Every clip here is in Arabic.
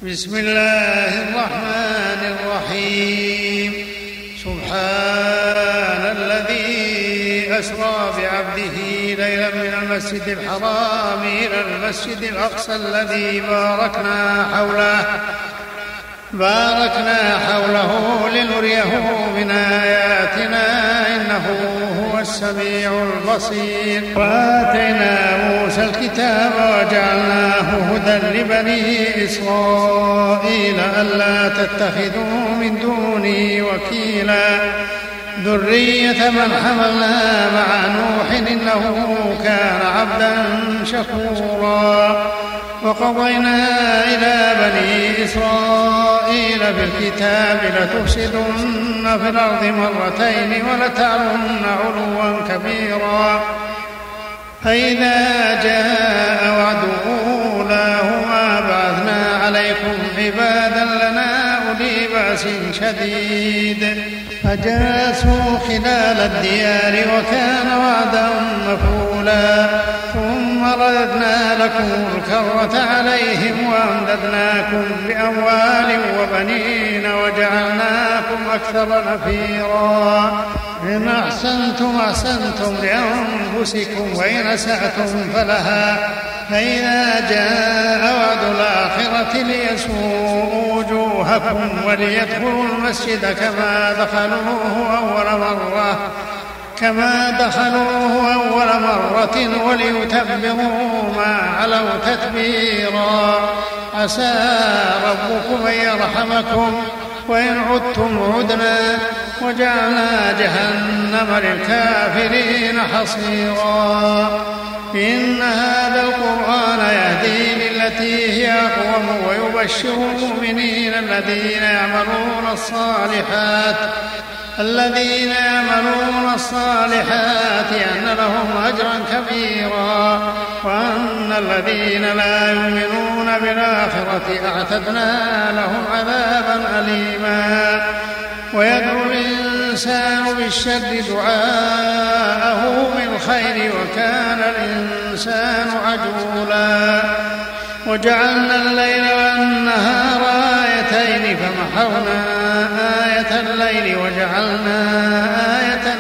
بسم الله الرحمن الرحيم. سبحان الذي أسرى بعبده ليلا من المسجد الحرام إلى المسجد الأقصى الذي باركنا حوله لنريه من آياتنا إنه هو السميع البصير. وآتينا موسى الكتاب وجعلناه هدى لبني إسرائيل ألا تتخذوا من دوني وكيلا ذرية من حملنا مع نوح إنه كان عبدا شكورا. وقضينا إلى بني إسرائيل بالكتاب لتفسدن في الأرض مرتين ولتعلن علوا كبيرا فإذا جاء وعد أولاهما بعثنا عليكم عبادا لنا أولي بأس شديد فجاسوا خلال الديار وكان وعدا مفعولا. ثم رددنا لكم الكرة عليهم وأمددناكم بأموال وبنين وجعلناكم أكثر نفيرا. إن أحسنتم لأنفسكم وإن أسأتم فلها فإذا جاء وعد الآخرة ليسوءوا وجوهكم وليدخلوا المسجد كما دخلوه أول مرة وليتبروا ما علوا تتبيرا. عسى ربكم أن يرحمكم وإن عدتم عدنا وجعلنا جهنم للكافرين حصيرا. إن هذا القرآن يهدي للتي هي أقوم ويبشر المؤمنين الذين يعملون الصالحات أن لهم أجرا كبيرا وأن الذين لا يؤمنون بالآخرة أعتدنا لهم عذابا أليما. ويدعو الإنسان بالشر دعاءه بالخير وكان الإنسان عجولا. وجعلنا الليل والنهار آيتين فمحونا آية الليل وجعلنا آية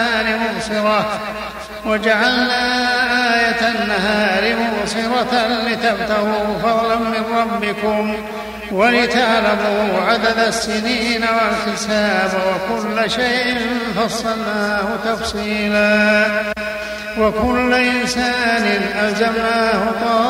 النهار مبصرة لتبتغوا فضلا من ربكم ولتعلموا عدد السنين والحساب وكل شيء فصلناه تفصيلا. وكل إنسان ألزمناه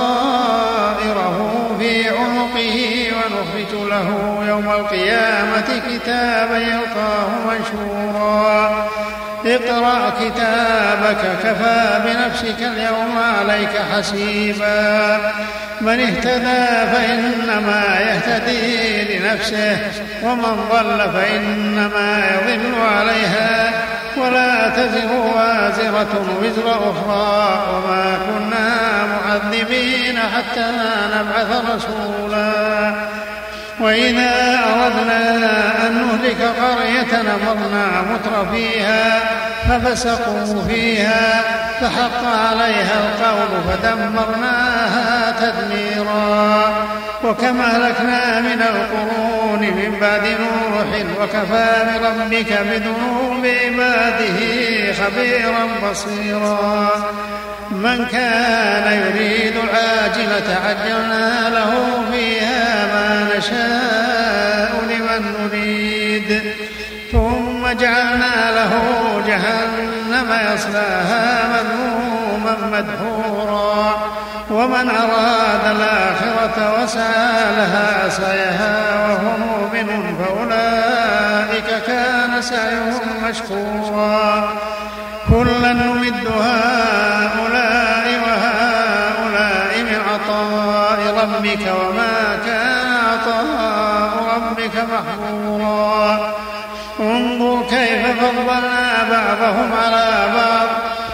طائره في عنقه ونخرج له يوم القيامة كتابا يلقاه منشورا. اقرأ كتابك كفى بنفسك اليوم عليك حسيبا. من اهتدى فإنما يهتدي لنفسه ومن ضل فإنما يضل عليها ولا تزر وازرة وزر أخرى وما كنا معذبين حتى نبعث رسولا. وإذا أردنا أن نهلك قرية أمرنا مترفيها ففسقوا فيها فحق عليها القول فدمرناها تدميرا. وكم أهلكنا من القرون من بعد نوح وكفى بربك بذنوب عباده خبيرا بصيرا. من كان يريد العاجلة عجلنا له فيها ما نشاء لمن نريد ثم جعلنا له جهنم يصلاها مذموما مدحورا. ومن أراد الآخرة وسعى لها سعيها وهو مؤمن فأولئك كان سعيهم مشكورا. كلا نمد هؤلاء وهؤلاء من عطاء ربك وما كان عطاء ربك محظورا. انظر كيف فضلنا بعضهم على بعض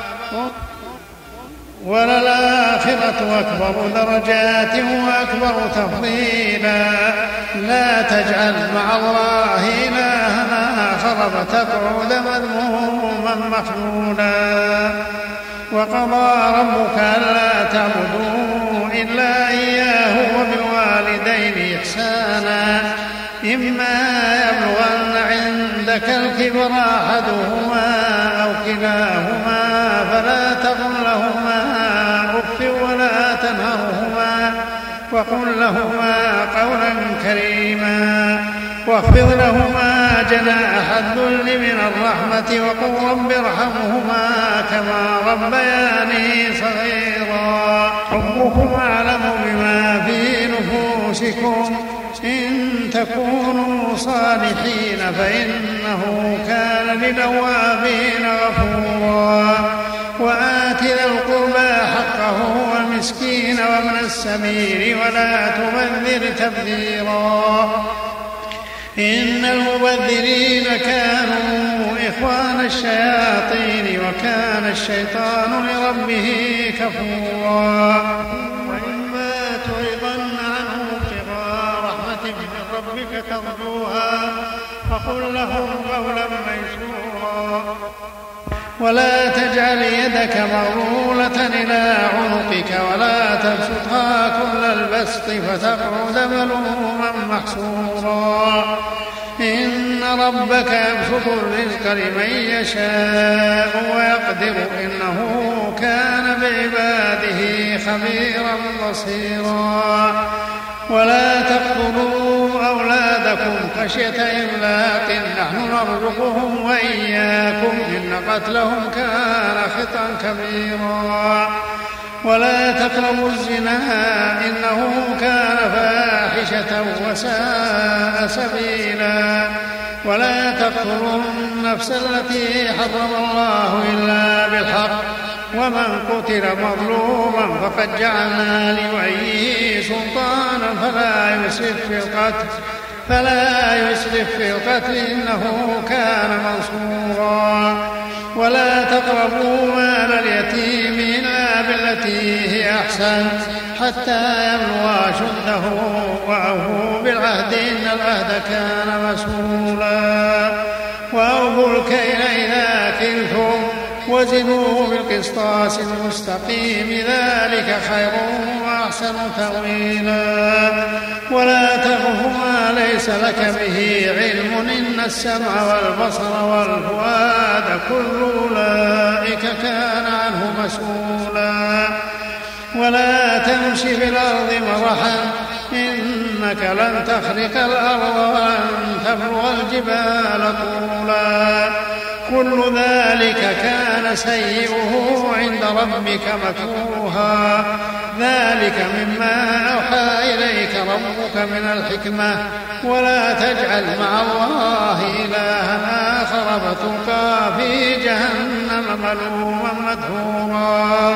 وللآخرة أكبر درجات وأكبر تفضيلا. لا تجعل مع الله إلها آخر فتقعد مذموما مخذولا. وقضى ربك ألا تعبدوا إلا إياه وبالوالدين الوالدين إحسانا إما يبلغن عندك الكبر أحدهما أو كلاهما فلا تقل لهما أف ولا تنهرهما وقل لهما قولا كريما واخفض لهما جناح الذل من الرحمة وقل رب ارحمهما كما ربياني صغيرا ربكم أعلم بما في نفوسكم إن تكونوا صالحين فإنه كان للأوابين غفورا وآت ذا القربى حقه والمسكين وابن السبيل ولا تبذر تبذيرا إن المبذرين كانوا إخوان الشياطين وكان الشيطان لربه كفورا وإما تعرضن عنه ابتغاء رحمة من ربك ترجوها فقل لهم قولا ميسورا ولا تجعل يدك مغلولة إلى عنقك ولا تبسطها كل البسط فتقعد ملوما محسورا إن ربك يبسط الرزق لمن يشاء ويقدر إنه كان بعباده خبيرا بصيرا ولا تقتلوا أولادكم خشية إملاق نحن نرزقهم وإياكم إن قتلهم كان خطأ كبيرا ولا تقربوا الزنا إنه كان فاحشة وساء سبيلا ولا تقتلوا النفس التي حرم الله إلا بالحق ومن قتل مظلوما فقد جعلنا لوليه سلطانا فلا يسرف في القتل إنه كان منصورا ولا تقربوا مال اليتيم إلا بالتي هي أحسن حتى يبلغ أشده وأوفوا بالعهد إن العهد كان مسؤولا وأوفوا الكيل إذا كلتم وزنوا بالقسطاس المستقيم ذلك خير وأحسن تأويلا ولا تقف ما ليس لك به علم إن السمع والبصر والفؤاد كل أولئك كان عنه مسؤولا ولا تمش في الأرض مرحا إنك لن تخرق الأرض ولن تبلغ الجبال طولا كل ذلك كان سيئه عند ربك مكروها ذلك مما أوحى إليك ربك من الحكمة ولا تجعل مع الله إلها آخر فتلقى في جهنم ملوما مدحورا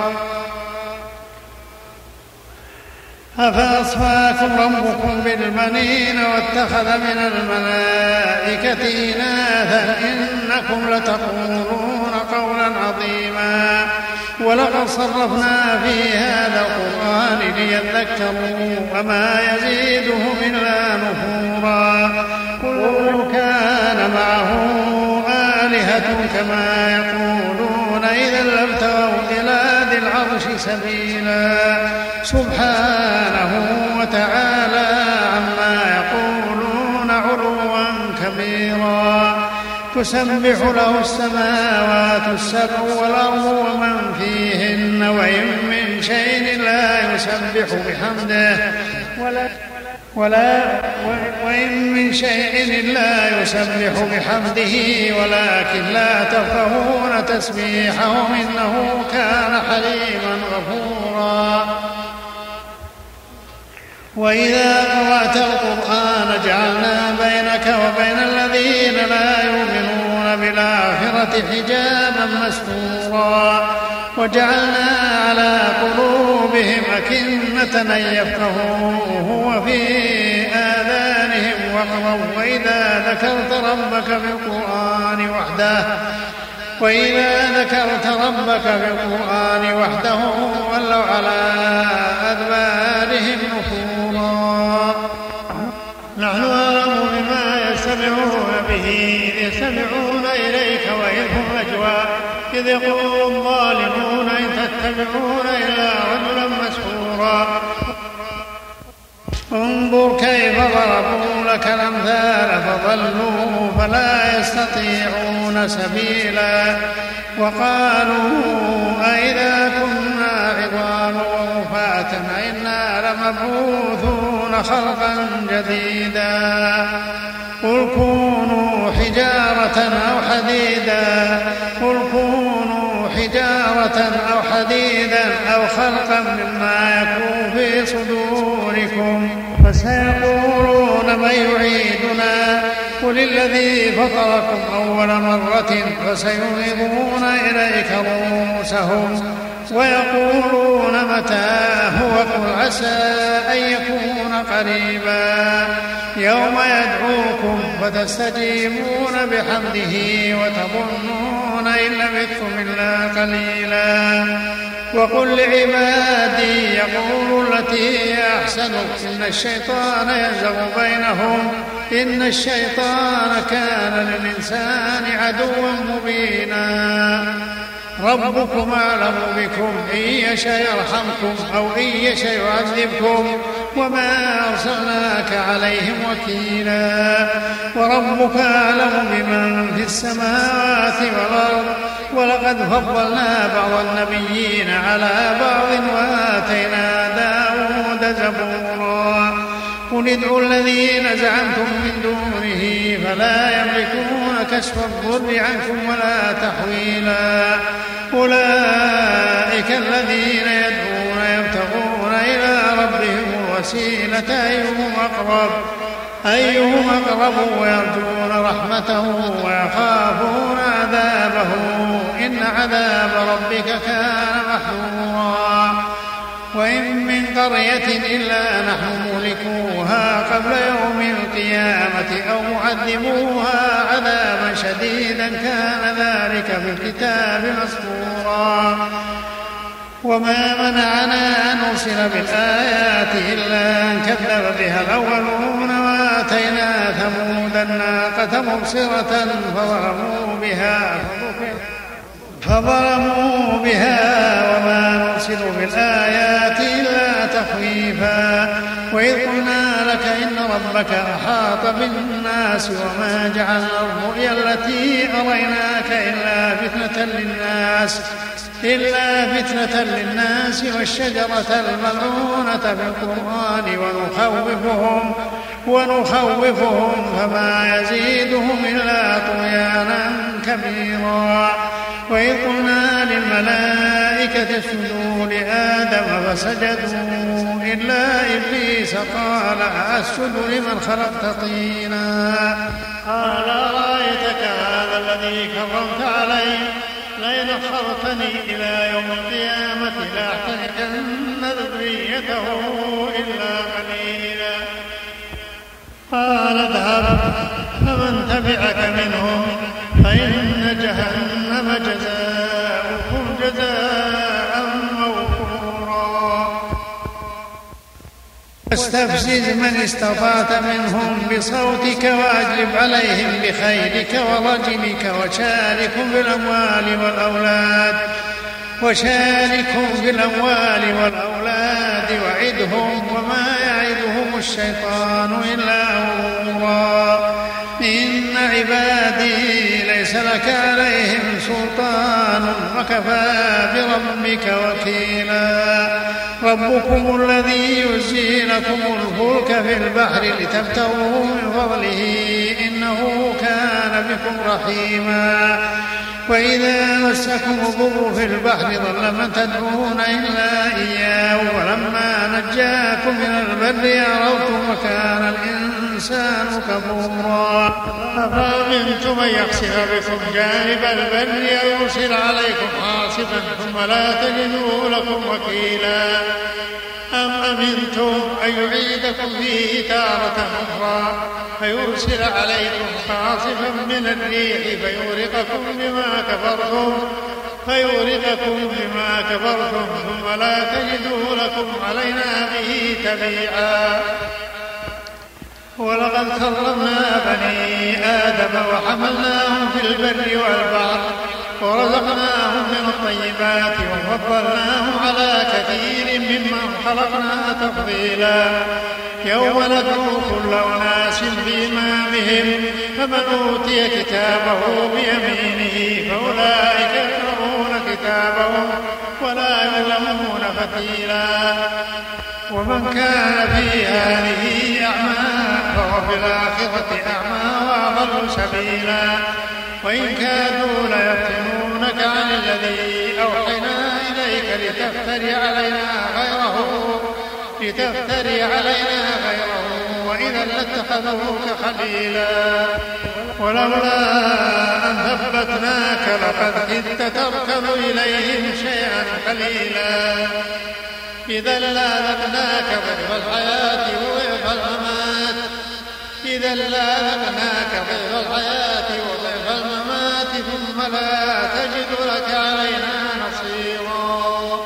أفأصفاكم ربكم بالبنين واتخذ من الملائكة إناثا إنكم لتقولون قولا عظيما ولقد صرفنا في هذا القرآن ليذكروا وما يزيدهم إلا نفورا قل كان معه آلهة كما يقولون إذا لابتغوا إلى ذي العرش سبيلا سبحانه وتعالى عما يقولون علوا كبيرا تسبح له السماوات السبع والأرض ومن فيهن وإن من شيء لا يسبح بحمده وإن من شيء لا يسبح بحمده ولكن لا تفقهون تسبيحهم إنه كان حليما غفورا وإذا قرأت القرآن جعلنا بينك وبين الذين لا يؤمنون بالآخرة حجابا مستورا وجعلنا على قلوبهم أكنة أن يفقهوه وفي آذانهم وقرا وإذا ذكرت ربك في القرآن وحده ولوا على أدبارهم نفورا نحن أعلم بما يستمعون به إذ يستمعون إليك وإذ هم نجوى إذ يقول الظالمون إن تتبعون إلا رجلا مسحورا انظر كيف ضربوا لك الأمثال فضلوا فلا يستطيعون سبيلا وقالوا أئذا كنا عظاما ورفاتا أئنا لمبعوثون خلقا جديدا قل كونوا حجارة أو حديدا أو خلقا مما يكون في صدوركم فسيقولون من يعيدنا قل الذي فطركم أول مرة فسينغضون إليك رؤوسهم ويقولون متى هو قل عسى أن يكون قريبا يوم يدعوكم فتستجيبون بحمده وتظنون إن لبثتم إلا قليلا وقل لعبادي يقولوا التي هي أحسن إن الشيطان ينزغ بينهم إن الشيطان كان للإنسان عدوا مبينا ربكم أعلم بكم إن يشاء يرحمكم أو إن يشاء يعذبكم وما أرسلناك عليهم وكيلا وربك أعلم بمن في السماوات والأرض ولقد فضلنا بعض النبيين على بعض وآتينا داود زبورا قل ادعوا الذين زعمتم من دونه فلا يملكون كشف الضر عنكم ولا تحويلا أولئك الذين يدعون يبتغون إلى ربهم الوسيلة أيهم أقرب ويرجون رحمته ويخافون عذابه إن عذاب ربك كان محذورا وإن من قرية إلا نحن مهلكوها قبل يوم القيامة أو معذبوها عذابا شديدا كان ذلك في الكتاب مسطورا وما منعنا أن نرسل بالآيات إلا أن كذب بها الأولون وآتينا ثمود الناقة مبصرة فظلموا بها وما نرسل بالآيات إلا تخويفا وإذ قلنا لك إن ربك أحاط بالناس وما جعلنا الرؤيا التي أريناك إلا فتنة للناس والشجرة الملعونة في القرآن ونخوفهم فما يزيدهم إلا طغيانا كبيرا وإذ قلنا للملائكة اسجدوا لآدم فسجدوا إلا إبليس قال أسجد لمن خلقت طينا قال أرأيتك هذا الذي كرمت علي لئن أخرتني إلى يوم القيامة لأحترقن ذريته إلا قليلا قال اذهب فمن تبعك منهم فإن جهنم جزاؤكم جزاء موفورا واستفزز من استطعت منهم بصوتك وأجلب عليهم بخيلك ورجلك وشاركهم بالأموال والأولاد وعدهم وما يعدهم الشيطان إلا غرورا إن عبادي ليس لك عليهم سلطان وكفى بربك وكيلا ربكم الذي يزجي لكم الفلك في البحر لتبتغوا من فضله إنه كان بكم رحيما وإذا مسكم الضر في البحر ضل من تدعون إلا إياه ولما نجاكم من البر أعرضتم وكان الإنسان كفورا أفأمنتم أن يخسف بكم جانب البر أو يرسل عليكم حاصبا ثم لا تجدوا لكم وكيلا أم أمنتم أن يعيدكم فيه تارة أخرى فيرسل عليكم قاصفا من الريح فيورقكم بما كفرتم ثم لا تجدوا لكم علينا به تبيعا ولقد كرمنا بني آدم وحملناهم في البر والبحر ورزقناهم من الطيبات وفضلناهم على كثير ممن خلقنا تفضيلا يوم ندعو كل أناس بإمامهم فمن أوتي كتابه بيمينه فأولئك يقرؤون كتابهم ولا يظلمون فتيلا ومن كان في هذه أعمى فهو في الآخرة أعمى وأضل سبيلا وإن كادوا ليفتنونك عن الذي أوحينا إليك لتفتري علينا غيره وإذا لاتخذوك خليلا ولولا أن ثبتناك لقد كدت تركن إليهم شيئا قليلا إذا لأذقناك ضعف الحياة وضعف الممات ثم لا تجد لك علينا نصيرا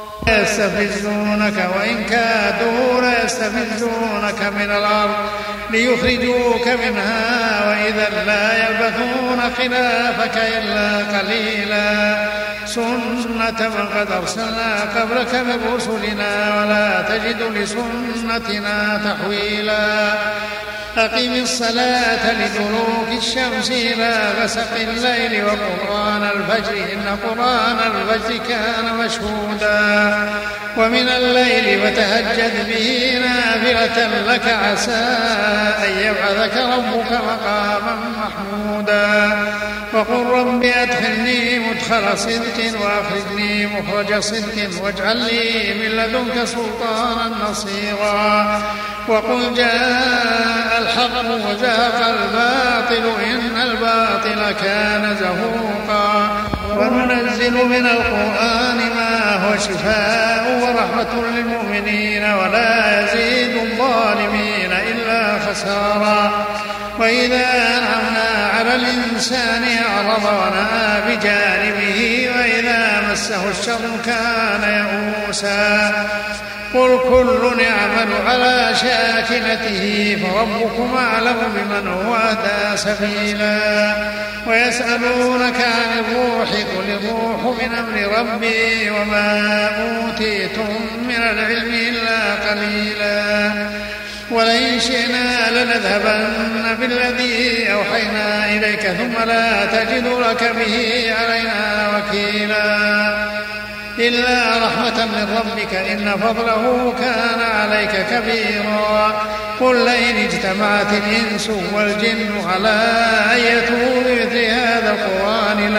يستفزونك وإن كادوا ليستفزونك من الأرض ليخرجوك منها وإذا لا يلبثون خلافك إلا قليلا سنة من قد أرسلنا قبلك من رسلنا ولا تجد لسنتنا تحويلا أقم الصلاة لدلوك الشمس إلى غسق الليل وقرآن الفجر إن قرآن الفجر كان مشهودا ومن الليل فتهجد به نافلة لك عسى أن يبعثك ربك مقاما محمودا وقل رب أدخلني مدخل صدق وأخرجني مخرج صدق واجعل لي من لدنك سلطانا نصيرا وقل جاء الحق وزهق الباطل إن الباطل كان زهوقا وننزل من القرآن ما هو شفاء ورحمة للمؤمنين ولا يزيد الظالمين إلا خسارا وإذا أنعمنا على الإنسان أعرض ونأى بجانبه وإذا مسه الشر كان يئوسا قل كل يعمل على شاكلته فربكم أعلم بمن هو أهدى سبيلا ويسألونك عن الروح قل الروح من أمر ربي وما أوتيتم من العلم إلا قليلا ولئن شئنا لنذهبن بالذي أوحينا إليك ثم لا تجد لك به علينا وكيلا إلا رحمة من ربك إن فضله كان عليك كبيرا قل لئن اجتمعت الإنس والجن على أن يأتوا بمثل هذا القرآن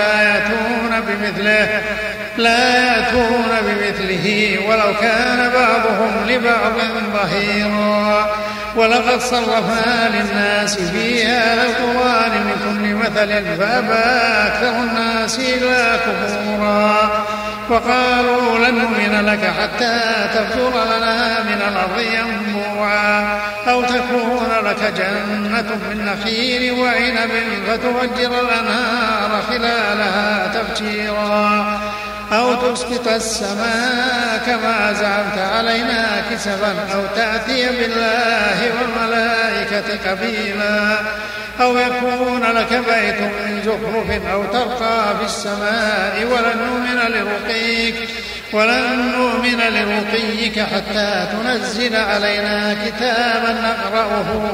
لا يأتون بمثله ولو كان بعضهم لبعض ظهيرا ولقد صرفنا للناس في هذا القرآن من كل مثل فأبى أكثر الناس إلا كفورا وقالوا لن نؤمن لك حتى تفجر لنا من الأرض ينبوعا أو تكون لك جنة من نخيل وعنب فتفجر الأنهار خلالها تفجيرا أو تسقط السماء كما زعمت علينا كسفا أو تأتي بالله والملائكة قبيلا أو يكون لك بيت من زخرف أو ترقى في السماء ولن نؤمن لرقيك حتى تنزل علينا كتابا نقرأه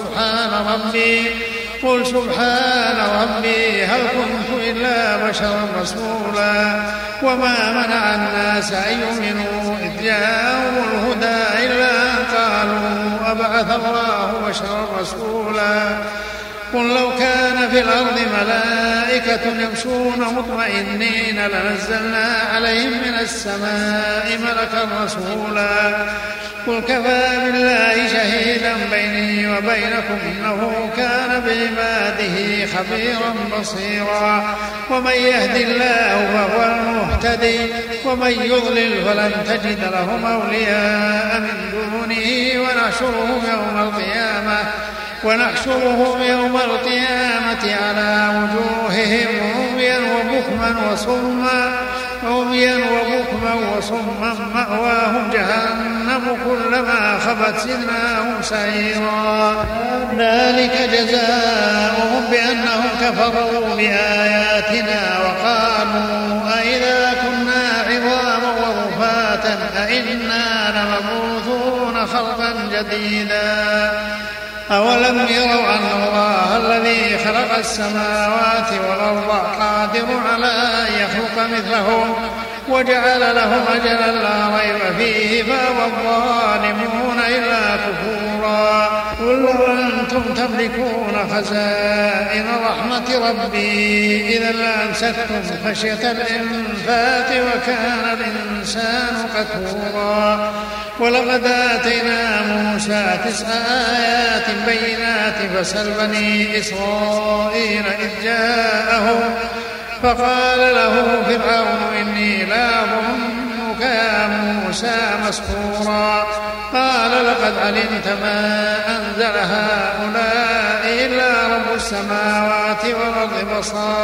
قل سبحان ربي هل كنت إلا بشرا رسولا وما منع الناس أن يؤمنوا إذ جاءهم الهدى إلا أن قالوا أبعث الله بشرا رسولا قل لو كان في الأرض ملائكة يمشون مطمئنين لنزلنا عليهم من السماء ملكا رسولا قل كفى بالله شهيدا بيني وبينكم إنه كان بعباده خبيرا بصيرا ومن يهد الله فهو المهتدي ومن يضلل فلن تجد لهم أولياء من دونه ونحشرهم يوم القيامة على وجوههم عميا وبكما وصما مأواهم جهنم كلما خبت زدناهم سعيرا ذلك جزاؤهم بأنهم كفروا بآياتنا وقالوا أئذا كنا عظاما ورفاتا أئنا لمبعوثون خلقا جديدا. أولم يروا أن الله الذي خلق السماوات والأرض قادر على أن يخلق مثلهم وجعل لهم أجلا لا ريب فيه فأبى الظالمون إلا كفورا. قل لو أنتم تملكون خزائن رحمة ربي إذا لأمسكتم خشية الإنفاق وكان الإنسان قتورا. ولقد آتينا موسى 9 آيات بينات فاسأل بني إسرائيل إذ جاءهم فقال له فرعون إني لأظنك يا موسى مسحورا. قال لقد علمت ما أنزل هؤلاء إلا رب السماوات والأرض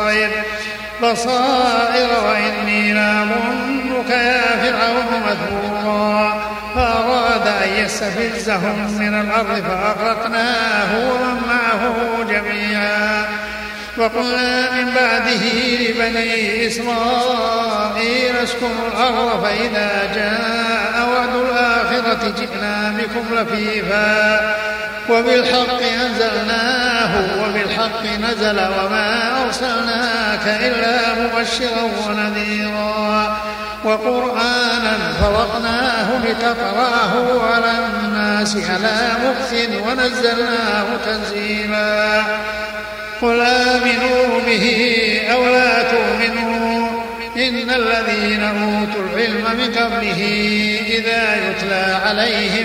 بصائر وإني لأظنك يا فرعون مثبورا. فأراد أن يستفزهم من الأرض فأغرقناه ومن معه جميعا. وقلنا من بعده لبني إسرائيل اسكنوا الأرض فإذا جاء وعد الآخرة جئنا بكم لفيفا وبالحق أنزلناه وبالحق نزل وما أرسلناك إلا مبشرا ونذيرا. وقرآنا فرقناه لتقرأه على الناس على مكث ونزلناه تنزيلا. قل آمنوا به أو لا تؤمنوا إن الذين أوتوا العلم من قبله إذا يتلى عليهم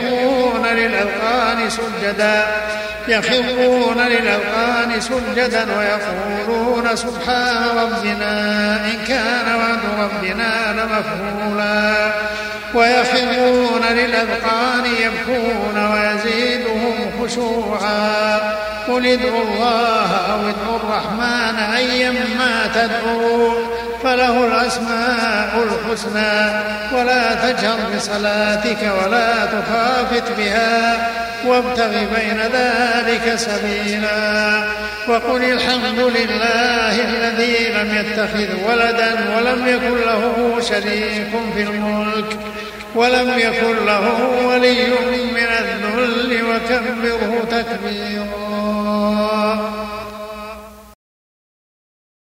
يخرون للأذقان سجدا ويقولون سبحان ربنا إن كان وعد ربنا لمفعولا. ويخرون للأذقان يبكون ويزيدهم خشوعا. قل ادعوا الله أو ادعوا الرحمن أيما تدعوا فله الأسماء الحسنى ولا تجهر بصلاتك ولا تخافت بها وابتغ بين ذلك سبيلا. وقل الحمد لله الذي لم يتخذ ولدا ولم يكن له شريك في الملك ولم يكن له ولي من الذل وكبره تكبيرا.